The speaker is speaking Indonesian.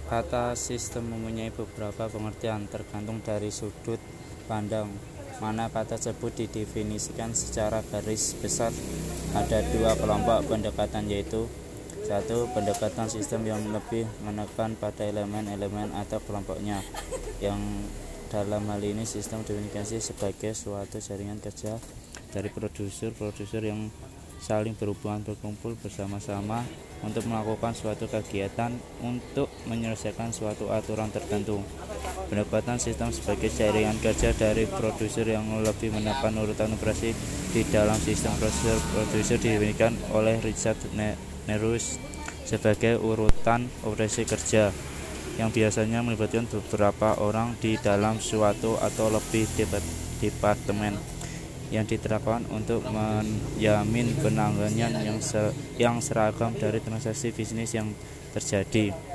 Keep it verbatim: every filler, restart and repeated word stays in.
Kata sistem mempunyai beberapa pengertian tergantung dari sudut pandang mana kata tersebut didefinisikan secara garis besar. Ada dua kelompok pendekatan, yaitu satu, pendekatan sistem yang lebih menekan pada elemen-elemen atau kelompoknya, yang dalam hal ini sistem didefinisikan sebagai suatu jaringan kerja dari produser-produser yang saling berhubungan, berkumpul bersama-sama untuk melakukan suatu kegiatan untuk menyelesaikan suatu aturan tertentu. Pendekatan sistem sebagai jaringan kerja dari produser yang lebih menekan urutan operasi di dalam sistem. Produser didefinisikan oleh Richard Nerus sebagai urutan operasi kerja yang biasanya melibatkan beberapa orang di dalam suatu atau lebih departemen yang diterapkan untuk menjamin penanganan yang, se yang seragam dari transaksi bisnis yang terjadi.